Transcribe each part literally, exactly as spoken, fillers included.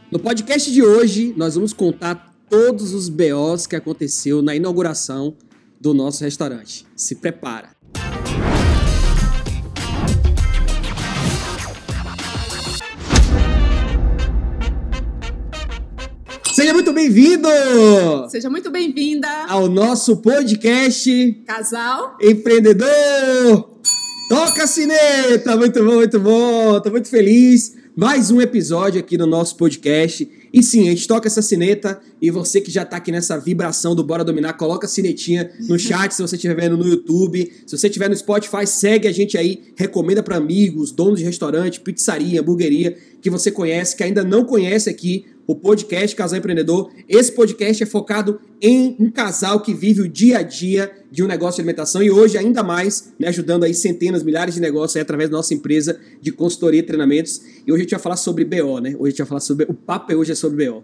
No podcast de hoje, nós vamos contar todos os B Os que aconteceu na inauguração do nosso restaurante. Se prepara! Seja muito bem-vindo! Seja muito bem-vinda ao nosso podcast Casal Empreendedor! Toca a sineta! Muito bom, muito bom! Tô muito feliz. Mais um episódio aqui no nosso podcast. E sim, a gente toca essa sineta e você que já tá aqui nessa vibração do Bora Dominar, coloca a sinetinha no chat se você estiver vendo no YouTube. Se você estiver no Spotify, segue a gente aí, recomenda para amigos, donos de restaurante, pizzaria, hamburgueria, que você conhece, que ainda não conhece aqui o podcast Casal Empreendedor. Esse podcast é focado em um casal que vive o dia a dia de um negócio de alimentação e hoje ainda mais, né, ajudando aí centenas, milhares de negócios aí, através da nossa empresa de consultoria e treinamentos. E hoje a gente vai falar sobre B O, né? Hoje a gente vai falar sobre... O papo hoje é sobre B O.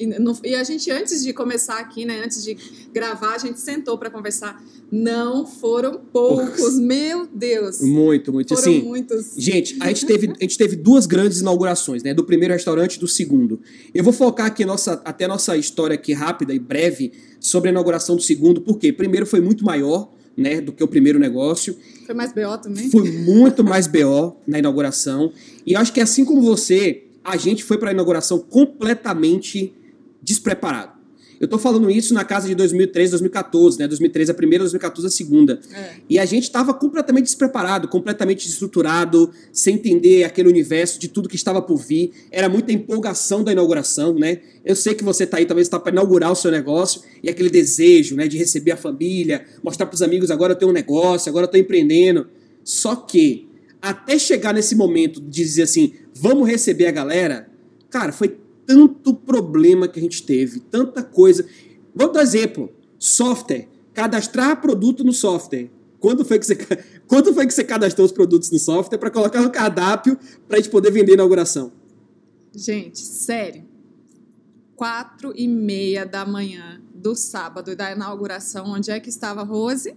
E a gente, antes de começar aqui, né, antes de gravar, a gente sentou para conversar. Não foram poucos, meu Deus! Muito, muito. Foram assim, muitos. Gente, a gente, teve, a gente teve duas grandes inaugurações, né? Do primeiro restaurante e do segundo. Eu vou focar aqui nossa, até nossa história aqui rápida e breve sobre a inauguração do segundo, porque primeiro foi muito maior, né, do que o primeiro negócio. Foi mais B O também? Foi muito mais B O na inauguração. E eu acho que assim como você, a gente foi para a inauguração completamente despreparado. Eu tô falando isso na casa de dois mil e treze, dois mil e quatorze, né? dois mil e treze a primeira, dois mil e quatorze a segunda. É. E a gente estava completamente despreparado, completamente desestruturado, sem entender aquele universo de tudo que estava por vir. Era muita empolgação da inauguração, né? Eu sei que você tá aí, talvez está para inaugurar o seu negócio e aquele desejo, né, de receber a família, mostrar para os amigos, agora eu tenho um negócio, agora eu tô empreendendo. Só que até chegar nesse momento de dizer assim, vamos receber a galera, cara, foi tanto problema que a gente teve, tanta coisa. Vamos dar exemplo, software, cadastrar produto no software. Quando foi que você, quando foi que você cadastrou os produtos no software para colocar no cardápio para a gente poder vender na inauguração? Gente, sério, quatro e meia da manhã do sábado da inauguração, onde é que estava a Rose?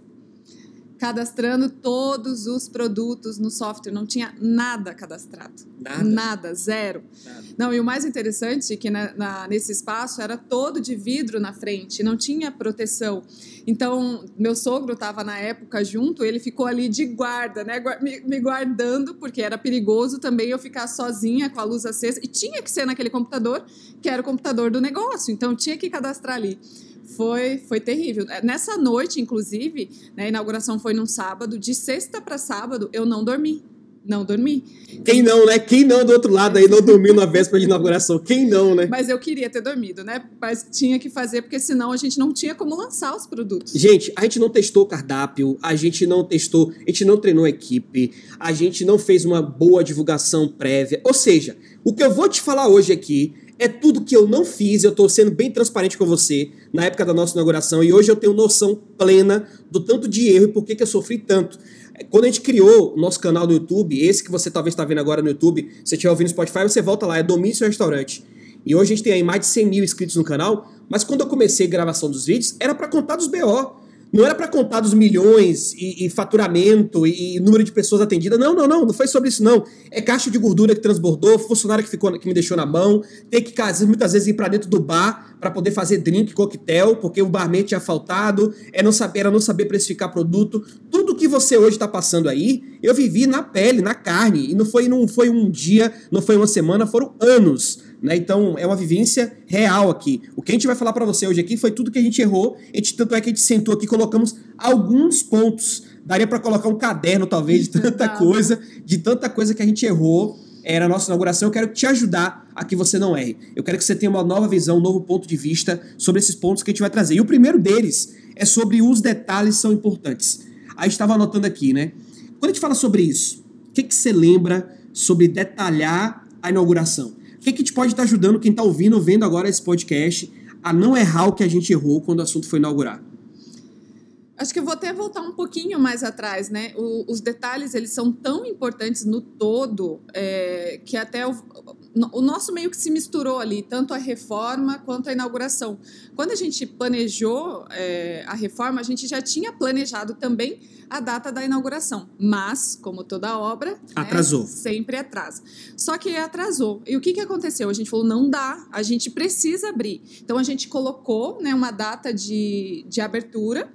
Cadastrando todos os produtos no software, não tinha nada cadastrado. Nada? Nada, zero. Nada. Não, e o mais interessante é que na, na, nesse espaço era todo de vidro na frente, não tinha proteção. Então, meu sogro estava na época junto, ele ficou ali de guarda, né, me, me guardando, porque era perigoso também eu ficar sozinha com a luz acesa, e tinha que ser naquele computador, que era o computador do negócio, então tinha que cadastrar ali. Foi, foi terrível. Nessa noite, inclusive, né, a inauguração foi num sábado, de sexta para sábado, eu não dormi. Não dormi. Quem não, né? Quem não do outro lado aí não dormiu na véspera de inauguração? Quem não, né? Mas eu queria ter dormido, né? Mas tinha que fazer, porque senão a gente não tinha como lançar os produtos. Gente, a gente não testou o cardápio, a gente não testou, a gente não treinou a equipe, a gente não fez uma boa divulgação prévia. Ou seja, o que eu vou te falar hoje aqui é tudo que eu não fiz, eu tô sendo bem transparente com você na época da nossa inauguração e hoje eu tenho noção plena do tanto de erro e por que que eu sofri tanto. Quando a gente criou o nosso canal no YouTube, esse que você talvez está vendo agora no YouTube, se você estiver ouvindo no Spotify, você volta lá, é Domine Seu Restaurante. E hoje a gente tem aí mais de cem mil inscritos no canal, mas quando eu comecei a gravação dos vídeos, era para contar dos B O. Não era para contar dos milhões e, e faturamento e, e número de pessoas atendidas. Não, não, não. Não foi sobre isso, não. É caixa de gordura que transbordou, funcionário que, ficou, que me deixou na mão, ter que muitas vezes ir para dentro do bar para poder fazer drink, coquetel, porque o barman tinha faltado, é não saber, era não saber precificar produto. Tudo que você hoje está passando aí, eu vivi na pele, na carne. E não foi, não foi um dia, não foi uma semana, foram anos. Né? Então, é uma vivência real aqui. O que a gente vai falar para você hoje aqui foi tudo que a gente errou. A gente, tanto é que a gente sentou aqui e colocamos alguns pontos. Daria para colocar um caderno, talvez, de tanta coisa, de tanta coisa que a gente errou. Era a nossa inauguração. Eu quero te ajudar a que você não erre. Eu quero que você tenha uma nova visão, um novo ponto de vista sobre esses pontos que a gente vai trazer. E o primeiro deles é sobre os detalhes são importantes. Aí a gente estava anotando aqui, né? Quando a gente fala sobre isso, o que, que você lembra sobre detalhar a inauguração? O que, que te pode estar ajudando quem está ouvindo ou vendo agora esse podcast a não errar o que a gente errou quando o assunto foi inaugurar? Acho que eu vou até voltar um pouquinho mais atrás, né? O, os detalhes, eles são tão importantes no todo, é, que até eu, o nosso meio que se misturou ali, tanto a reforma quanto a inauguração. Quando a gente planejou é, a reforma, a gente já tinha planejado também a data da inauguração, mas, como toda obra, atrasou. Né, sempre atrasa. Só que atrasou. E o que, que aconteceu? A gente falou, não dá, a gente precisa abrir. Então, a gente colocou, né, uma data de, de abertura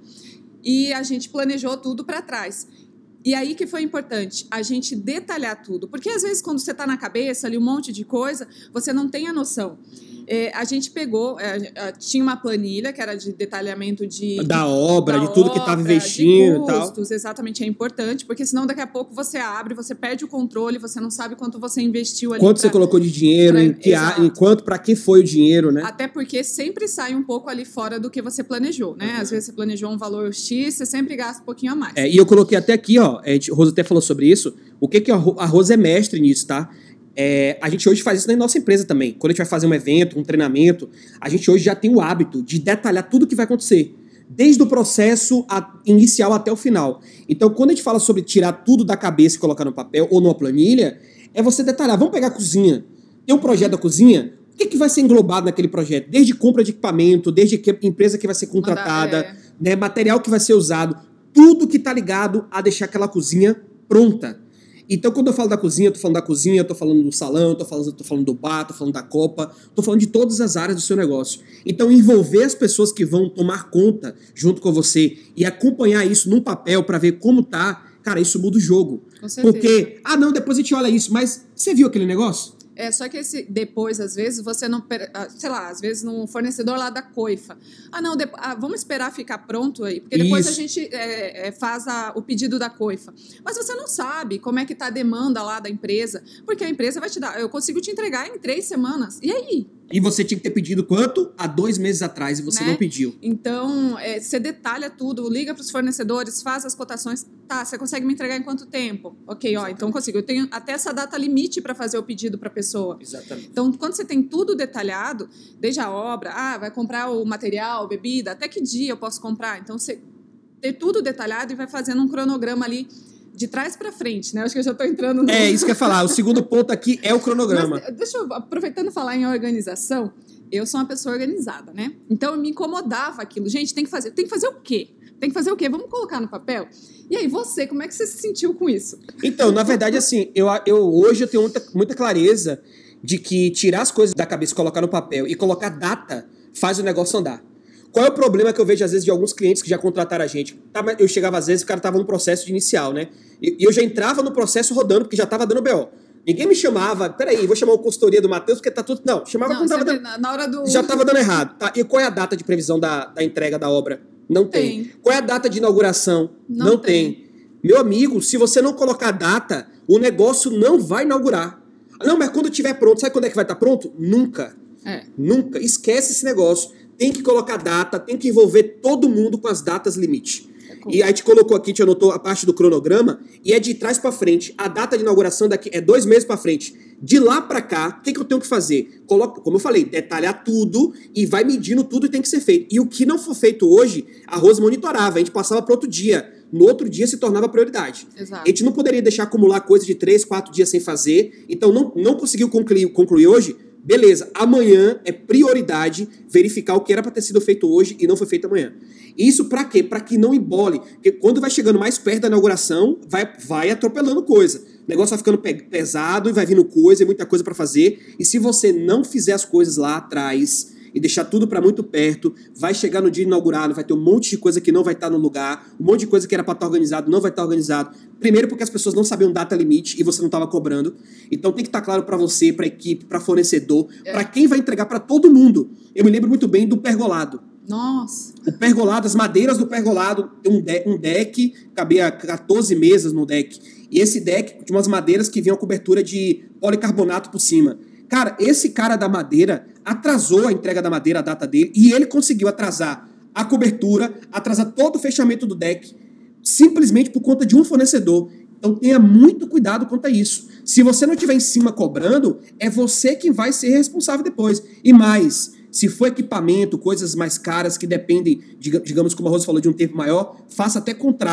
e a gente planejou tudo para trás. E aí que foi importante, a gente detalhar tudo. Porque, às vezes, quando você está na cabeça ali, um monte de coisa, você não tem a noção. É, a gente pegou, é, tinha uma planilha que era de detalhamento de... Da obra, da de tudo obra, que estava investindo de custos, e tal. Exatamente, é importante, porque senão daqui a pouco você abre, você perde o controle, você não sabe quanto você investiu ali. Quanto pra, você colocou de dinheiro, pra, em, que, em quanto, para que foi o dinheiro, né? Até porque sempre sai um pouco ali fora do que você planejou, né? Uhum. Às vezes você planejou um valor X, você sempre gasta um pouquinho a mais. É, e eu coloquei até aqui, ó, a gente, a Rosa até falou sobre isso, o que que a Rosa é mestre nisso, tá? É, a gente hoje faz isso na nossa empresa também. Quando a gente vai fazer um evento, um treinamento, a gente hoje já tem o hábito de detalhar tudo o que vai acontecer, desde o processo a, inicial até o final. Então, quando a gente fala sobre tirar tudo da cabeça e colocar no papel ou numa planilha, é você detalhar. Vamos pegar a cozinha. Tem um projeto da cozinha, o que, que vai ser englobado naquele projeto? Desde compra de equipamento, desde que empresa que vai ser contratada, Mandar, é. né, material que vai ser usado, tudo que está ligado a deixar aquela cozinha pronta. Então, quando eu falo da cozinha, eu tô falando da cozinha, eu tô falando do salão, eu tô falando, eu tô falando do bar, tô falando da copa, tô falando de todas as áreas do seu negócio. Então, envolver as pessoas que vão tomar conta junto com você e acompanhar isso num papel para ver como tá, cara, isso muda o jogo. Com certeza. Porque, ah, não, depois a gente olha isso, mas você viu aquele negócio? É, só que esse depois, às vezes, você não... Sei lá, às vezes no fornecedor lá da coifa. Ah, não, depois, ah, vamos esperar ficar pronto aí, porque depois Isso. a gente é, é, faz a, o pedido da coifa. Mas você não sabe como é que tá a demanda lá da empresa, porque a empresa vai te dar... Eu consigo te entregar em três semanas. E aí? E você tinha que ter pedido quanto? Há dois meses atrás, e você né? não pediu. Então, é, você detalha tudo, liga para os fornecedores, faz as cotações. Tá, você consegue me entregar em quanto tempo? Ok, ó, então consigo. Eu tenho até essa data limite para fazer o pedido para a pessoa. Exatamente. Então, quando você tem tudo detalhado, desde a obra, ah, vai comprar o material, bebida, até que dia eu posso comprar? Então, você ter tudo detalhado e vai fazendo um cronograma ali de trás para frente, né? Acho que eu já estou entrando no... É, isso que eu ia falar. O segundo ponto aqui é o cronograma. Mas, deixa eu, aproveitando falar em organização, eu sou uma pessoa organizada, né? Então, me incomodava aquilo. Gente, tem que fazer. Tem que fazer o quê? Tem que fazer o quê? Vamos colocar no papel? E aí, você, como é que você se sentiu com isso? Então, na verdade, assim, eu, eu hoje eu tenho muita, muita clareza de que tirar as coisas da cabeça, colocar no papel e colocar data faz o negócio andar. Qual é o problema que eu vejo, às vezes, de alguns clientes que já contrataram a gente? Eu chegava, às vezes, o cara estava no processo de inicial, né? E eu já entrava no processo rodando, porque já estava dando B O. Ninguém me chamava, peraí, vou chamar a consultoria do Matheus, porque tá tudo... Não, chamava não, quando tava dando... Na hora do... Já estava dando errado. Tá? E qual é a data de previsão da, da entrega da obra? Não tem. tem. Qual é a data de inauguração? Não, não tem. tem. Meu amigo, se você não colocar data, o negócio não vai inaugurar. Não, mas quando estiver pronto, sabe quando é que vai estar pronto? Nunca. É. Nunca. Esquece esse negócio. Tem que colocar data, tem que envolver todo mundo com as datas limite. É cool. E aí a gente colocou aqui, a gente anotou a parte do cronograma, e é de trás para frente. A data de inauguração daqui é dois meses para frente. De lá para cá, o que, que eu tenho que fazer? Coloca, como eu falei, detalhar tudo e vai medindo tudo e tem que ser feito. E o que não for feito hoje, a Rosa monitorava, a gente passava para outro dia. No outro dia se tornava prioridade. Exato. A gente não poderia deixar acumular coisa de três, quatro dias sem fazer. Então não, não conseguiu concluir, concluir hoje. Beleza, amanhã é prioridade verificar o que era para ter sido feito hoje e não foi feito amanhã. Isso para quê? Para que não embole. Porque quando vai chegando mais perto da inauguração, vai, vai atropelando coisa. O negócio vai ficando pe- pesado e vai vindo coisa e muita coisa para fazer. E se você não fizer as coisas lá atrás e deixar tudo para muito perto, vai chegar no dia inaugurado, vai ter um monte de coisa que não vai estar no lugar, um monte de coisa que era para estar organizado não vai estar organizado. Primeiro porque as pessoas não sabiam data limite e você não estava cobrando. Então tem que estar claro para você, para a equipe, para fornecedor, é. para quem vai entregar, para todo mundo. Eu me lembro muito bem do pergolado. Nossa! O pergolado, as madeiras do pergolado, tem um, de- um deck, cabia quatorze mesas no deck. E esse deck tinha umas madeiras que vinham a cobertura de policarbonato por cima. Cara, esse cara da madeira atrasou a entrega da madeira, a data dele, e ele conseguiu atrasar a cobertura, atrasar todo o fechamento do deck, simplesmente por conta de um fornecedor. Então tenha muito cuidado quanto a isso. Se você não estiver em cima cobrando, é você quem vai ser responsável depois. E mais, se for equipamento, coisas mais caras que dependem, digamos como a Rosa falou, de um tempo maior, faça até contrato.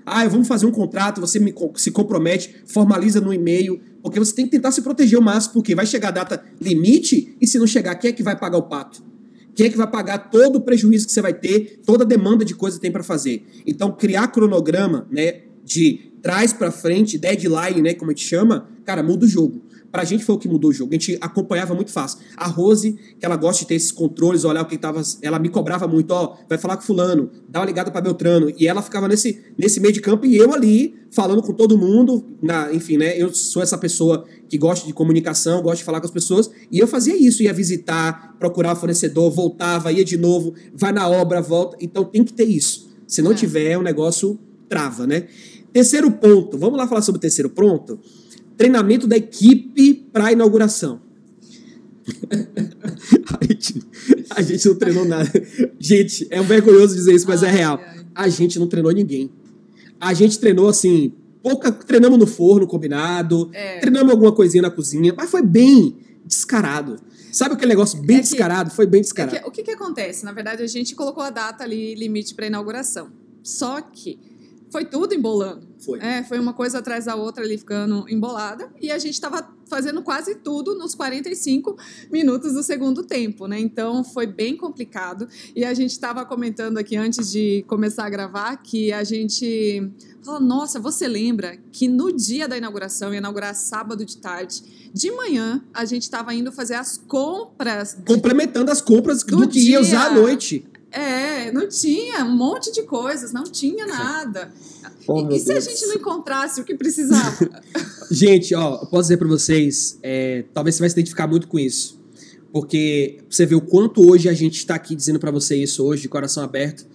Ah, vamos fazer um contrato, você me, se compromete, formaliza no e-mail, porque você tem que tentar se proteger o máximo, porque vai chegar a data limite e se não chegar, quem é que vai pagar o pato? Quem é que vai pagar todo o prejuízo que você vai ter, toda a demanda de coisa que tem para fazer? Então, criar cronograma, né, de trás para frente, deadline, né, como a gente chama, cara, muda o jogo. Pra gente foi o que mudou o jogo. A gente acompanhava muito fácil. A Rose, que ela gosta de ter esses controles, olhar o que tava... Ela me cobrava muito, ó, vai falar com fulano, dá uma ligada pra Beltrano. E ela ficava nesse, nesse meio de campo e eu ali, falando com todo mundo. Na, enfim, né, eu sou essa pessoa que gosta de comunicação, gosta de falar com as pessoas. E eu fazia isso, ia visitar, procurar fornecedor, voltava, ia de novo, vai na obra, volta. Então tem que ter isso. Se não é. tiver, o negócio trava, né? Terceiro ponto. Vamos lá falar sobre o terceiro ponto? Treinamento da equipe para a inauguração. a, gente, a gente não treinou nada. Gente, é vergonhoso dizer isso, mas ai, é real. Ai. A gente não treinou ninguém. A gente treinou assim, pouca, treinamos no forno combinado, é. treinamos alguma coisinha na cozinha, mas foi bem descarado. Sabe aquele negócio bem é que, descarado? Foi bem descarado. É que, o que, que acontece? Na verdade, a gente colocou a data ali, limite para inauguração. Só que foi tudo embolando. Foi. É, foi uma coisa atrás da outra ali ficando embolada. E a gente estava fazendo quase tudo nos quarenta e cinco minutos do segundo tempo, né? Então foi bem complicado. E a gente estava comentando aqui antes de começar a gravar que a gente falou: nossa, você lembra que no dia da inauguração, ia inaugurar sábado de tarde, de manhã a gente estava indo fazer as compras. De... Complementando as compras do, do que dia. ia usar à noite. É, não tinha um monte de coisas, não tinha nada. Oh, e e se Deus. a gente não encontrasse o que precisava? Gente, ó, eu posso dizer pra vocês, é, talvez você vai se identificar muito com isso. Porque você vê o quanto hoje a gente está aqui dizendo pra você isso hoje, de coração aberto,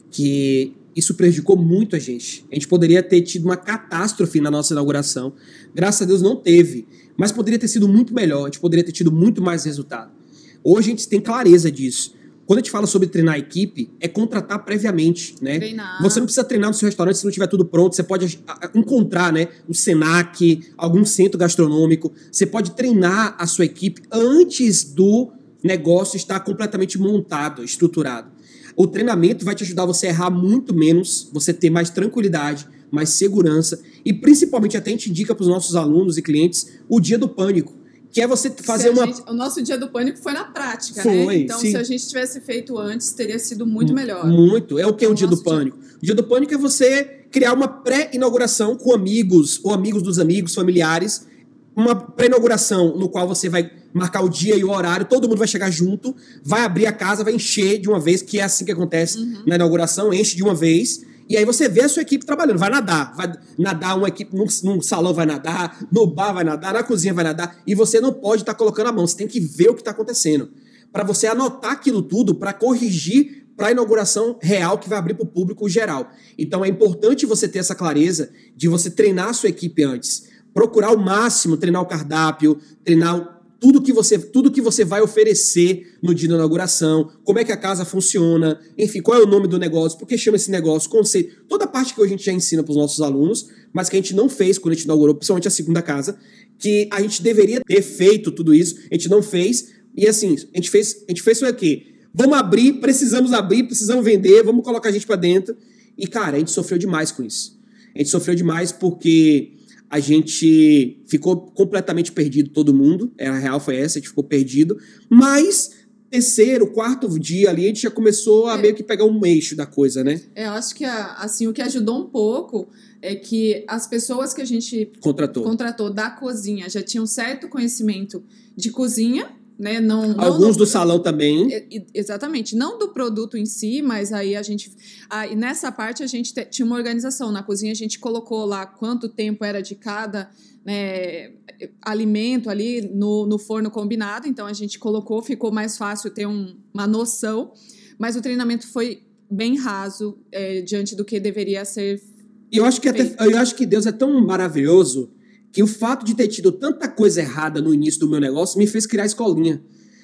que isso prejudicou muito a gente. A gente poderia ter tido uma catástrofe na nossa inauguração. Graças a Deus não teve. Mas poderia ter sido muito melhor, a gente poderia ter tido muito mais resultado. Hoje a gente tem clareza disso. Quando a gente fala sobre treinar a equipe, é contratar previamente, né? Treinar. Você não precisa treinar no seu restaurante se não tiver tudo pronto. Você pode encontrar, né, um Senac, algum centro gastronômico. Você pode treinar a sua equipe antes do negócio estar completamente montado, estruturado. O treinamento vai te ajudar você a errar muito menos, você ter mais tranquilidade, mais segurança e principalmente até a gente indica para os nossos alunos e clientes o dia do pânico. Que é você fazer uma... Gente, o nosso dia do pânico foi na prática, foi, né? Então, sim. se a gente tivesse feito antes, teria sido muito melhor. Muito. É o que é o dia do pânico? Dia... O dia do pânico é você criar uma pré-inauguração com amigos, ou amigos dos amigos, familiares. Uma pré-inauguração no qual você vai marcar o dia e o horário, todo mundo vai chegar junto, vai abrir a casa, vai encher de uma vez, que é assim que acontece uhum. na inauguração, enche de uma vez... E aí você vê a sua equipe trabalhando, vai nadar, vai nadar uma equipe num, num salão vai nadar, no bar vai nadar, na cozinha vai nadar, e você não pode estar tá colocando a mão, você tem que ver o que está acontecendo, para você anotar aquilo tudo, para corrigir para a inauguração real que vai abrir para o público geral. Então é importante você ter essa clareza de você treinar a sua equipe antes, procurar ao máximo treinar o cardápio, treinar o Tudo que, você, tudo que você vai oferecer no dia da inauguração, como é que a casa funciona, enfim, qual é o nome do negócio, por que chama esse negócio, conceito, toda a parte que hoje a gente já ensina para os nossos alunos, mas que a gente não fez quando a gente inaugurou, principalmente a segunda casa, que a gente deveria ter feito tudo isso, a gente não fez, e assim, a gente fez, a gente fez isso aqui, vamos abrir, precisamos abrir, precisamos vender, vamos colocar a gente para dentro, e cara, a gente sofreu demais com isso. A gente sofreu demais porque... a gente ficou completamente perdido, todo mundo. A real foi essa, a gente ficou perdido. Mas, terceiro, quarto dia ali, a gente já começou a é. meio que pegar um eixo da coisa, né? É, eu acho que assim, o que ajudou um pouco é que as pessoas que a gente contratou, contratou da cozinha já tinham certo conhecimento de cozinha, né? Não, não Alguns do, do salão também. Exatamente. Não do produto em si, mas aí a gente... Aí nessa parte a gente te, tinha uma organização. Na cozinha a gente colocou lá quanto tempo era de cada né, alimento ali no, no forno combinado. Então a gente colocou, ficou mais fácil ter um, uma noção. Mas o treinamento foi bem raso é, diante do que deveria ser E eu acho que até, eu acho que Deus é tão maravilhoso que o fato de ter tido tanta coisa errada no início do meu negócio me fez criar a escolinha.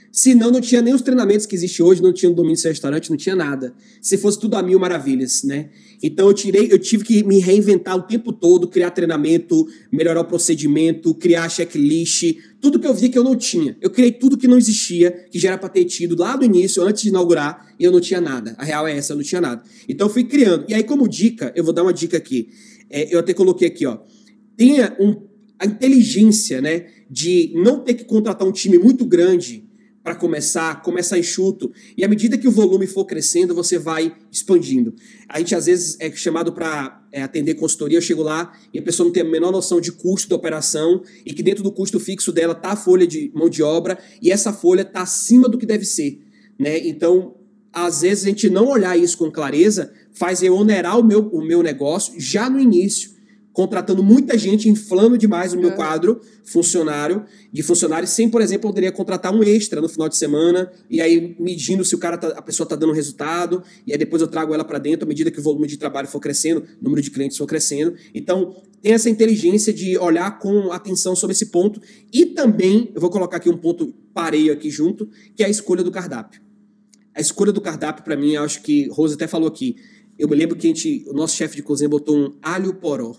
Senão não tinha nem os treinamentos que existem hoje, não tinha o domínio do seu restaurante, não tinha nada. Se fosse tudo a mil maravilhas, né? Então eu tirei, eu tive que me reinventar o tempo todo, criar treinamento, melhorar o procedimento, criar checklist, tudo que eu vi que eu não tinha. Eu criei tudo que não existia, que já era para ter tido lá do início, antes de inaugurar, e eu não tinha nada. A real é essa, eu não tinha nada. Então eu fui criando. E aí, como dica, eu vou dar uma dica aqui. É, eu até coloquei aqui, ó. Tenha um, a inteligência, né, de não ter que contratar um time muito grande para começar, começar enxuto, e à medida que o volume for crescendo, você vai expandindo. A gente, às vezes, é chamado para é, atender consultoria, eu chego lá e a pessoa não tem a menor noção de custo da operação, e que dentro do custo fixo dela está a folha de mão de obra, e essa folha está acima do que deve ser, né? Então, às vezes, a gente não olhar isso com clareza faz eu onerar o meu, o meu negócio já no início, contratando muita gente, inflando demais o meu quadro funcionário, de funcionários, sem, por exemplo, eu poderia contratar um extra no final de semana, e aí medindo se o cara tá, a pessoa está dando resultado, e aí depois eu trago ela para dentro, à medida que o volume de trabalho for crescendo, o número de clientes for crescendo. Então, tem essa inteligência de olhar com atenção sobre esse ponto, e também, eu vou colocar aqui um ponto pareio aqui junto, que é a escolha do cardápio. A escolha do cardápio, para mim, eu acho que, Rose até falou aqui, eu me lembro que a gente, o nosso chefe de cozinha botou um alho poró.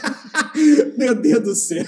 Meu Deus do céu.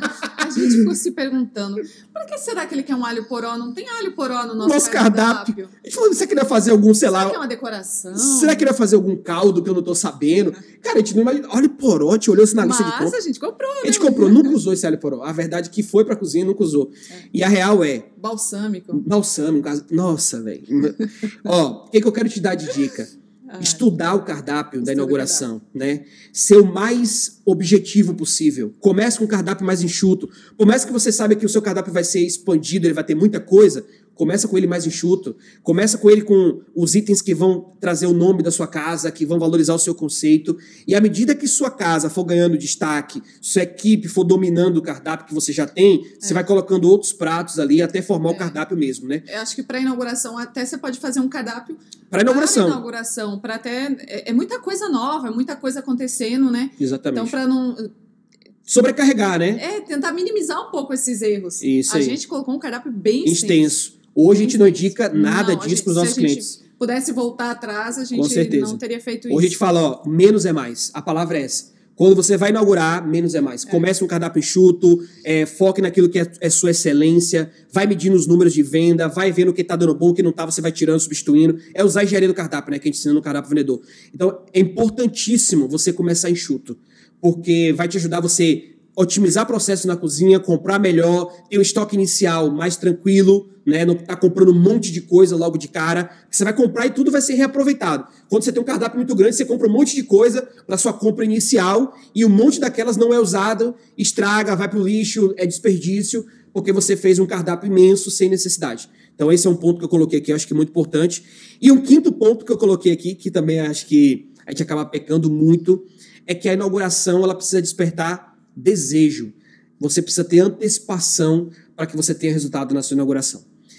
A gente ficou se perguntando, por que será que ele quer um alho poró? Não tem alho poró no nosso, nosso cardápio. cardápio. A gente falou, você queria fazer algum, sei lá... Será que é uma decoração? Será que ele vai fazer algum caldo que eu não tô sabendo? Cara, a gente não imagina... Alho poró, a gente olhou assim na lista de compra. Mas a gente comprou, né? A gente comprou, nunca usou esse alho poró. A verdade é que foi pra cozinha e nunca usou. É. E a real é... Balsâmico. Balsâmico. Nossa, velho. Ó, o que, que eu quero te dar de dica? Ah, estudar o cardápio da inauguração, né? Ser o mais objetivo possível. Comece com um cardápio mais enxuto. Por mais que você saiba que o seu cardápio vai ser expandido, ele vai ter muita coisa, começa com ele mais enxuto. Começa com ele com os itens que vão trazer o nome da sua casa, que vão valorizar o seu conceito. E à medida que sua casa for ganhando destaque, sua equipe for dominando o cardápio que você já tem, é. você vai colocando outros pratos ali até formar é. o cardápio mesmo, né? Eu acho que para inauguração até você pode fazer um cardápio para inauguração. Para inauguração, para até é, é muita coisa nova, é muita coisa acontecendo, né? Exatamente. Então para não sobrecarregar, né? É, tentar minimizar um pouco esses erros. Isso a aí. gente colocou um cardápio bem extenso. extenso. Hoje a gente não indica nada não, disso para os nossos clientes. Se a gente pudesse voltar atrás, a gente não teria feito isso. Hoje a gente fala, ó, menos é mais. A palavra é essa. Quando você vai inaugurar, menos é mais. É. Comece um cardápio enxuto, é, foque naquilo que é, é sua excelência, vai medindo os números de venda, vai vendo o que está dando bom, o que não está, você vai tirando, substituindo. É usar a engenharia do cardápio, né, que a gente ensina no cardápio vendedor. Então, é importantíssimo você começar enxuto, porque vai te ajudar você otimizar processo na cozinha, comprar melhor, ter um estoque inicial mais tranquilo, né? Não tá comprando um monte de coisa logo de cara. Você vai comprar e tudo vai ser reaproveitado. Quando você tem um cardápio muito grande, você compra um monte de coisa para sua compra inicial e um monte daquelas não é usado, estraga, vai pro lixo, é desperdício, porque você fez um cardápio imenso sem necessidade. Então esse é um ponto que eu coloquei aqui, eu acho que é muito importante. E um quinto ponto que eu coloquei aqui, que também acho que a gente acaba pecando muito, é que a inauguração ela precisa despertar desejo. Você precisa ter antecipação para que você tenha resultado na sua inauguração.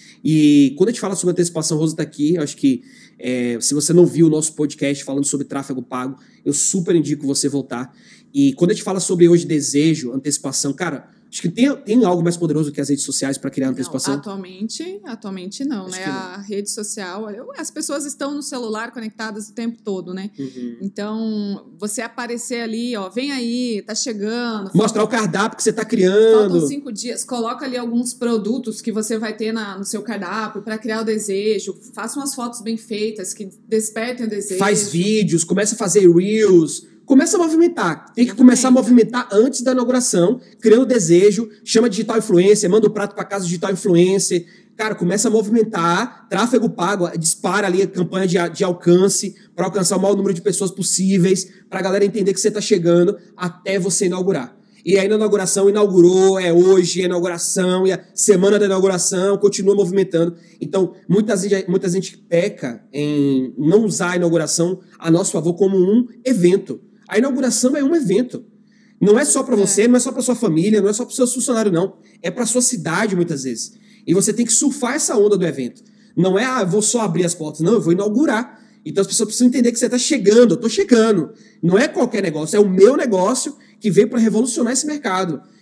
E quando a gente fala sobre antecipação, a Rosa está aqui, eu acho que é, se você não viu o nosso podcast falando sobre tráfego pago, eu super indico você voltar. E quando a gente fala sobre hoje desejo, antecipação, cara, acho que tem, tem algo mais poderoso que as redes sociais para criar antecipação? Não, atualmente, atualmente não, acho né? Não. A rede social, as pessoas estão no celular conectadas o tempo todo, né? Uhum. Então, você aparecer ali, ó, vem aí, tá chegando. Mostrar falta, o cardápio que você tá criando. Faltam cinco dias. Coloca ali alguns produtos que você vai ter na, no seu cardápio para criar o desejo. Faça umas fotos bem feitas que despertem o desejo. Faz vídeos, começa a fazer reels. Começa a movimentar. Tem que começar a movimentar antes da inauguração, criando desejo, chama digital influencer, manda o prato para casa digital influencer. Cara, começa a movimentar, tráfego pago, dispara ali a campanha de, de alcance para alcançar o maior número de pessoas possíveis, para a galera entender que você está chegando até você inaugurar. E aí na inauguração, inaugurou, é hoje, é inauguração, e a semana da inauguração, continua movimentando. Então, muita gente, muita gente peca em não usar a inauguração a nosso favor como um evento. A inauguração é um evento. Não é só para você, é. não é só para sua família, não é só para os seus funcionários, não. É para sua cidade, muitas vezes. E você tem que surfar essa onda do evento. Não é, ah, vou só abrir as portas. Não, eu vou inaugurar. Então as pessoas precisam entender que você está chegando, eu estou chegando. Não é qualquer negócio, é o meu negócio que veio para revolucionar esse mercado.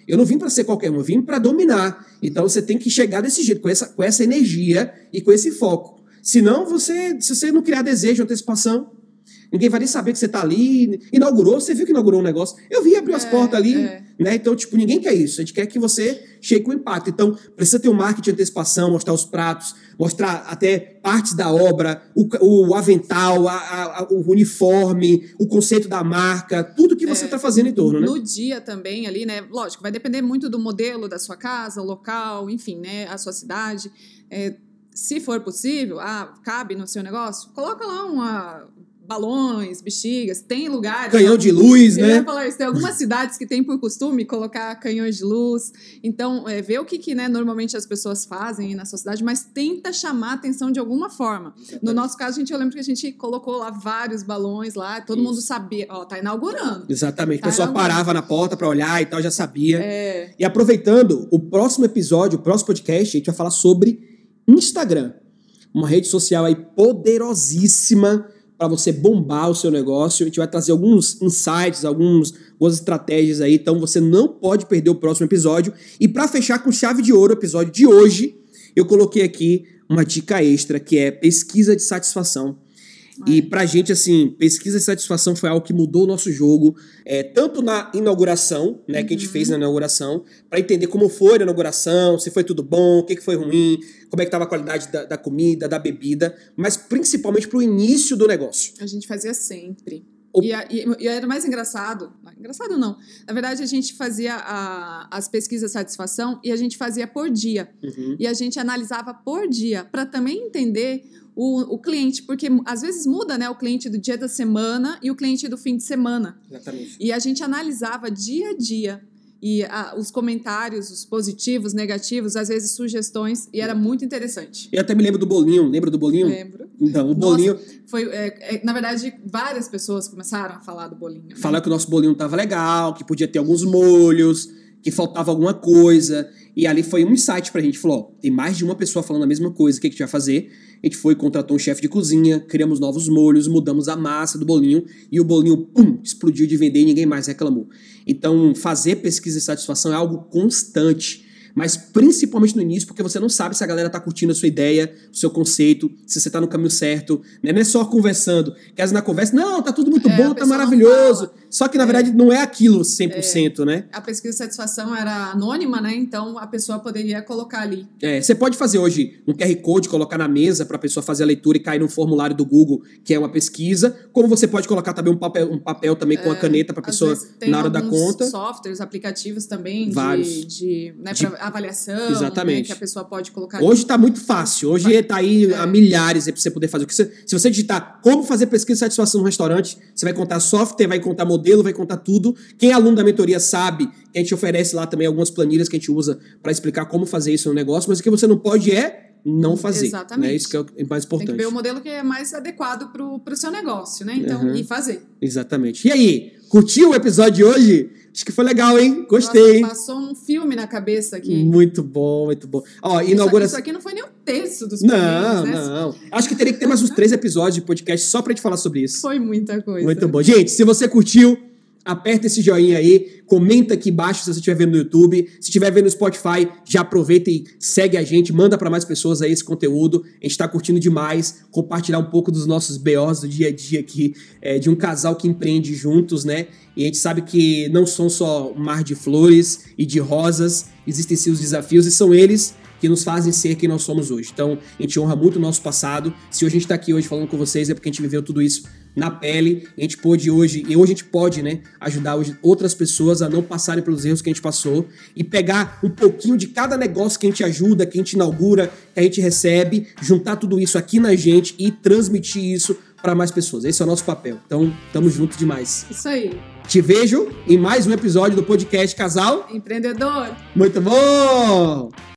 Eu não vim para ser qualquer um, eu vim para dominar. Então você tem que chegar desse jeito, com essa, com essa energia e com esse foco. Senão, você, se você não criar desejo, antecipação, ninguém vai nem saber que você tá ali. Inaugurou, você viu que inaugurou um negócio. Eu vi abrir as é, portas ali, é. né? Então, tipo, ninguém quer isso. A gente quer que você chegue com impacto. Então, precisa ter um marketing de antecipação, mostrar os pratos, mostrar até partes da obra, o, o avental, a, a, o uniforme, o conceito da marca, tudo que você está é, fazendo em torno, né? No dia também ali, né? Lógico, vai depender muito do modelo da sua casa, o local, enfim, né? A sua cidade. É, se for possível, ah, cabe no seu negócio, coloca lá uma... balões, bexigas, tem lugares... Canhão de luz, né? Eu ia falar isso, tem algumas cidades que têm por costume colocar canhões de luz. Então, é, vê o que, que né, normalmente as pessoas fazem na sua cidade, mas tenta chamar a atenção de alguma forma. Exatamente. No nosso caso, a gente, eu lembro que a gente colocou lá vários balões lá, todo isso. mundo sabia, ó, tá inaugurando. Exatamente, tá o pessoal parava na porta pra olhar e tal, já sabia. É... E aproveitando, o próximo episódio, o próximo podcast, a gente vai falar sobre Instagram. Uma rede social aí poderosíssima para você bombar o seu negócio. A gente vai trazer alguns insights, alguns, algumas estratégias aí, então você não pode perder o próximo episódio. E para fechar com chave de ouro o episódio de hoje, eu coloquei aqui uma dica extra, que é pesquisa de satisfação. Ai. E pra gente, assim, pesquisa de satisfação foi algo que mudou o nosso jogo, é, tanto na inauguração, né, uhum. que a gente fez na inauguração, para entender como foi a inauguração, se foi tudo bom, o que, que foi ruim, como é que estava a qualidade da, da comida, da bebida, mas principalmente pro início do negócio. A gente fazia sempre. O... E, a, e, e era mais engraçado, engraçado não, na verdade a gente fazia a, as pesquisas de satisfação e a gente fazia por dia, uhum. e a gente analisava por dia, para também entender o, o cliente, porque às vezes muda, né, o cliente do dia da semana e o cliente do fim de semana. Exatamente. E a gente analisava dia a dia. E a, os comentários, os positivos, negativos, às vezes sugestões, e era muito interessante. Eu até me lembro do bolinho, lembra do bolinho? Lembro. Então, o Nossa, bolinho... Foi, é, é, na verdade, várias pessoas começaram a falar do bolinho. Né? Falaram que o nosso bolinho tava legal, que podia ter alguns molhos, que faltava alguma coisa. E ali foi um insight pra gente. Falou, ó, tem mais de uma pessoa falando a mesma coisa, o que a gente vai fazer? A gente foi, contratou um chefe de cozinha, criamos novos molhos, mudamos a massa do bolinho e o bolinho, pum, explodiu de vender e ninguém mais reclamou. Então, fazer pesquisa de satisfação é algo constante, mas principalmente no início, porque você não sabe se a galera tá curtindo a sua ideia, o seu conceito, se você tá no caminho certo, né? Não é só conversando, que às vezes na conversa, não, tá tudo muito é, bom, tá maravilhoso, só que na verdade é. não é aquilo cem por cento, é. né? A pesquisa de satisfação era anônima, né? Então a pessoa poderia colocar ali. É, você pode fazer hoje um Q R Code, colocar na mesa pra pessoa fazer a leitura e cair no formulário do Google, que é uma pesquisa, como você pode colocar também um papel, um papel também com é, a caneta pra pessoa na hora da conta. Softwares, aplicativos também Vários. de, de, né, de... pra avaliação, exatamente. Né, que a pessoa pode colocar. Hoje está muito fácil. Hoje está aí é. a milhares para você poder fazer. Se você digitar como fazer pesquisa de satisfação no restaurante, você vai contar software, vai contar modelo, vai contar tudo. Quem é aluno da mentoria sabe que a gente oferece lá também algumas planilhas que a gente usa para explicar como fazer isso no negócio, mas o que você não pode é não fazer. Exatamente. Né? Isso que é o mais importante. Tem que ver o modelo que é mais adequado para o seu negócio, né? Então, uhum. e fazer. Exatamente. E aí, curtiu o episódio de hoje? Acho que foi legal, hein? Gostei. Nossa, passou um filme na cabeça aqui. Muito bom, muito bom. Ó, inaugura... Isso aqui não foi nem um terço dos primeiros, né? Não, não. Acho que teria que ter mais uns três episódios de podcast só pra gente falar sobre isso. Foi muita coisa. Muito bom. Gente, se você curtiu, aperta esse joinha aí, comenta aqui embaixo se você estiver vendo no YouTube. Se estiver vendo no Spotify, já aproveita e segue a gente, manda para mais pessoas aí esse conteúdo. A gente tá curtindo demais compartilhar um pouco dos nossos B Os do dia a dia aqui, é, de um casal que empreende juntos, né? E a gente sabe que não são só um mar de flores e de rosas, existem sim os desafios e são eles que nos fazem ser quem nós somos hoje. Então, a gente honra muito o nosso passado. Se hoje a gente tá aqui hoje falando com vocês, é porque a gente viveu tudo isso na pele. A gente pôde hoje, e hoje a gente pode, né, ajudar hoje outras pessoas a não passarem pelos erros que a gente passou e pegar um pouquinho de cada negócio que a gente ajuda, que a gente inaugura, que a gente recebe, juntar tudo isso aqui na gente e transmitir isso para mais pessoas. Esse é o nosso papel. Então, tamo junto demais. Isso aí. Te vejo em mais um episódio do podcast Casal Empreendedor. Muito bom!